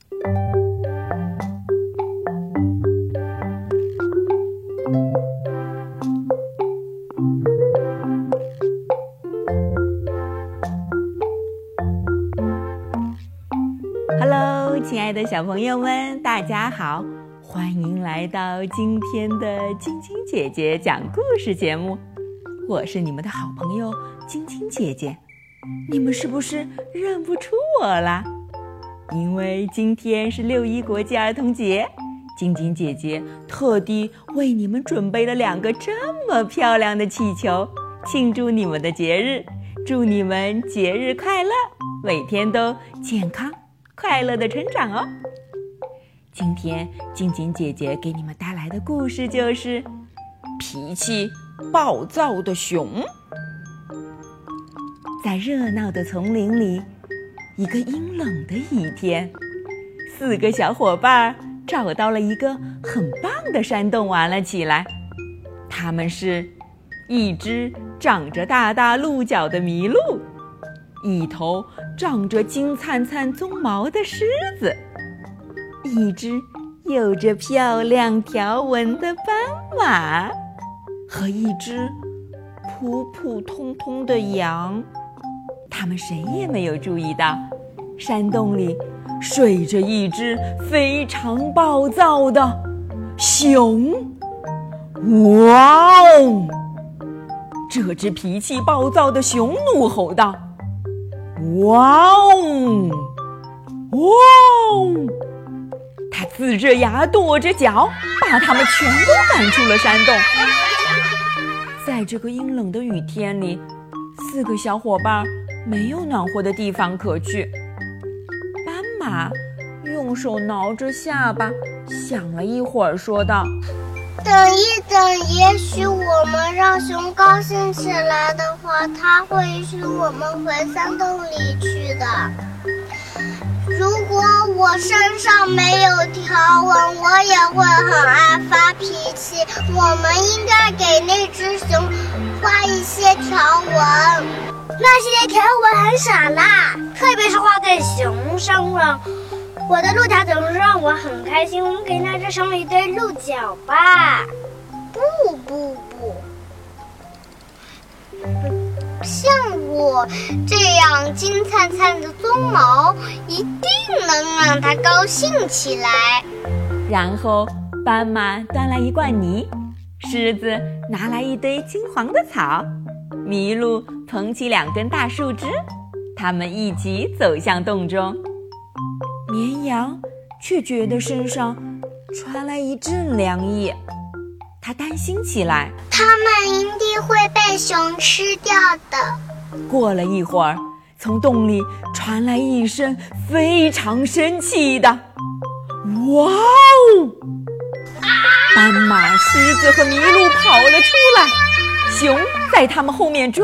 Hello， 亲爱的小朋友们，大家好，欢迎来到今天的晶晶姐姐讲故事节目。我是你们的好朋友晶晶姐姐，你们是不是认不出我啦？因为今天是6·1国际儿童节，晶晶姐姐特地为你们准备了2个这么漂亮的气球，庆祝你们的节日，祝你们节日快乐，每天都健康快乐的成长哦。今天晶晶姐姐给你们带来的故事就是脾气暴躁的熊。在热闹的丛林里，一个阴冷的一天，4个小伙伴找到了一个很棒的山洞玩了起来。他们是一只长着大大鹿角的麋鹿，一头长着金灿灿鬃毛的狮子，一只有着漂亮条纹的斑马，和一只普普通通的羊。他们谁也没有注意到，山洞里睡着一只非常暴躁的熊。哇哦！这只脾气暴躁的熊怒吼道：哇哦！哇哦！他呲着牙跺着脚，把他们全都赶出了山洞。在这个阴冷的雨天里，4个小伙伴没有暖和的地方可去。斑马用手挠着下巴，想了一会儿说道： 等一等，也许我们让熊高兴起来的话，它会允许我们回山洞里去的。如果我身上没有条纹，我也会很爱发脾气。我们应该给那只熊画一些条纹， 那些条纹很傻啦，特别是画在熊身上。我的鹿角总是让我很开心，我们给那只熊一对鹿角吧。 不，像我这样金灿灿的鬃毛一定能让它高兴起来。 然后斑马端来一罐泥，狮子拿来一堆金黄的草，麋鹿捧起2根大树枝，他们一起走向洞中。绵羊却觉得身上传来一阵凉意，他担心起来， 它们一定会被熊吃掉的。 过了一会儿，从洞里传来一声非常生气的哇哦！斑马、狮子和麋鹿跑了出来，熊在他们后面追。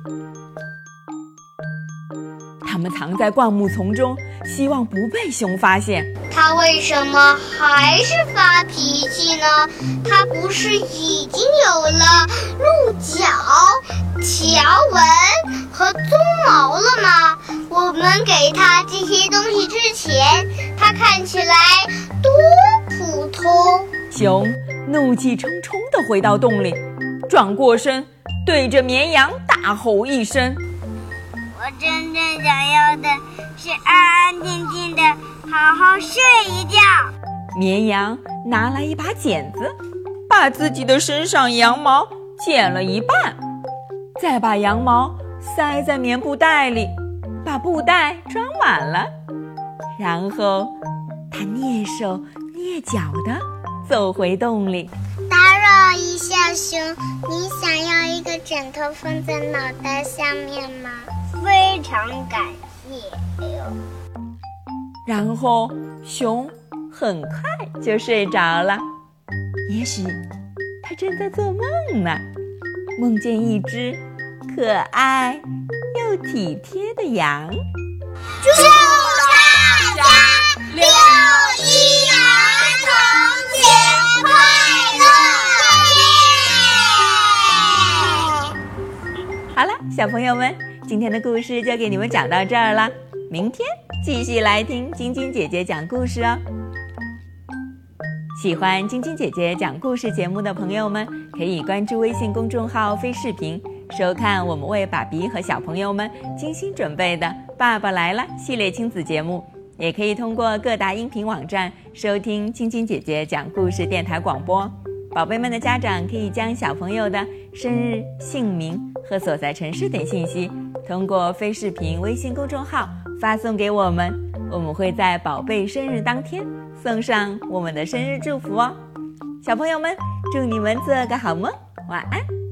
他们藏在灌木丛中，希望不被熊发现。 它为什么还是发脾气呢？它不是已经有了鹿角、条纹和鬃毛了吗？我们给它这些东西之前，它看起来多普通。 熊怒气冲冲地回到洞里，转过身对着绵羊大吼一声： 我真正想要的是安安静静的好好睡一觉。 绵羊拿来一把剪子，把自己的身上羊毛剪了一半，再把羊毛塞在棉布袋里，把布袋装满了。然后他蹑手蹑脚地走回洞里。 打扰一下熊，你想要一个枕头放在脑袋下面吗？ 非常感谢。 然后熊很快就睡着了，也许他正在做梦呢，梦见一只可爱又体贴的羊。 祝大家6·1儿童节快乐！ 好了，小朋友们，今天的故事就给你们讲到这儿了。 明天继续来听晶晶姐姐讲故事哦。喜欢晶晶姐姐讲故事节目的朋友们，可以关注微信公众号飞视频，收看我们为爸比和小朋友们精心准备的《爸爸来了》系列亲子节目，也可以通过各大音频网站收听晶晶姐姐讲故事电台广播。宝贝们的家长可以将小朋友的生日、姓名和所在城市等信息通过飞视频微信公众号发送给我们，我们会在宝贝生日当天送上我们的生日祝福哦。小朋友们，祝你们做个好梦，晚安。